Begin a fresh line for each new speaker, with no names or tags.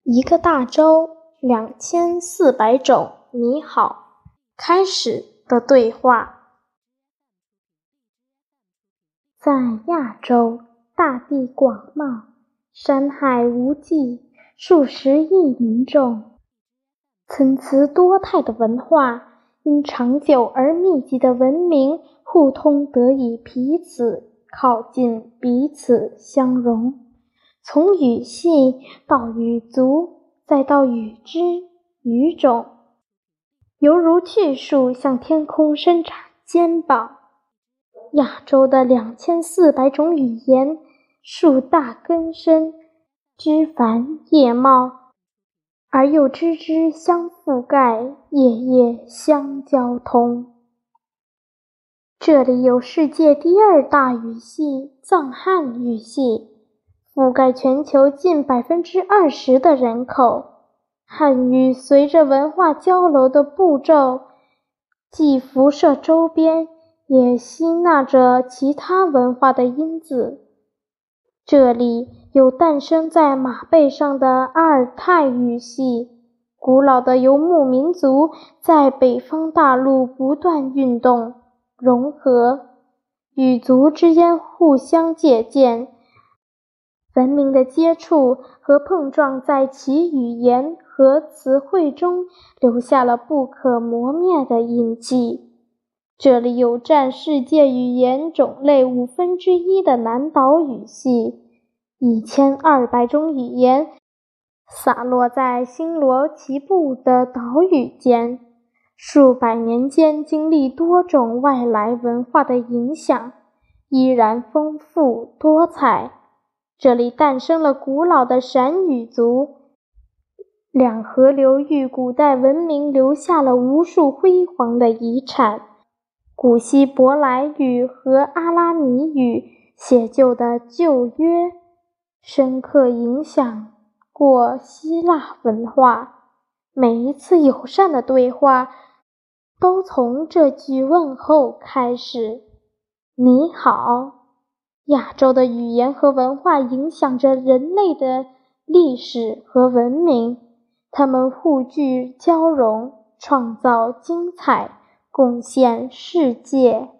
一个大洲，2400种你好，开始的对话。在亚洲，大地广袤，山海无际，数十亿民众，参差多态的文化，因长久而密集的文明互通得以彼此靠近，彼此相融。从语系到语族，再到语支、语种，犹如巨树向天空伸展肩膀。亚洲的2400种语言，树大根深，枝繁叶茂，而又枝枝相覆盖，叶叶相交通。这里有世界第2大语系藏汉语系，覆盖全球近20%的人口。汉语随着文化交流的步骤，既辐射周边，也吸纳着其他文化的因子。这里有诞生在马背上的阿尔泰语系，古老的游牧民族在北方大陆不断运动融合，语族之间互相借鉴，文明的接触和碰撞在其语言和词汇中留下了不可磨灭的印记。这里有占世界语言种类1/5的南岛语系，1200种语言洒落在星罗棋布的岛屿间，数百年间经历多种外来文化的影响，依然丰富多彩。这里诞生了古老的闪语族，两河流域古代文明留下了无数辉煌的遗产。古希伯来语和阿拉米语写就的旧约，深刻影响过希腊文化。每一次友善的对话，都从这句问候开始：你好。亚洲的语言和文化影响着人类的历史和文明，它们互具交融，创造精彩，贡献世界。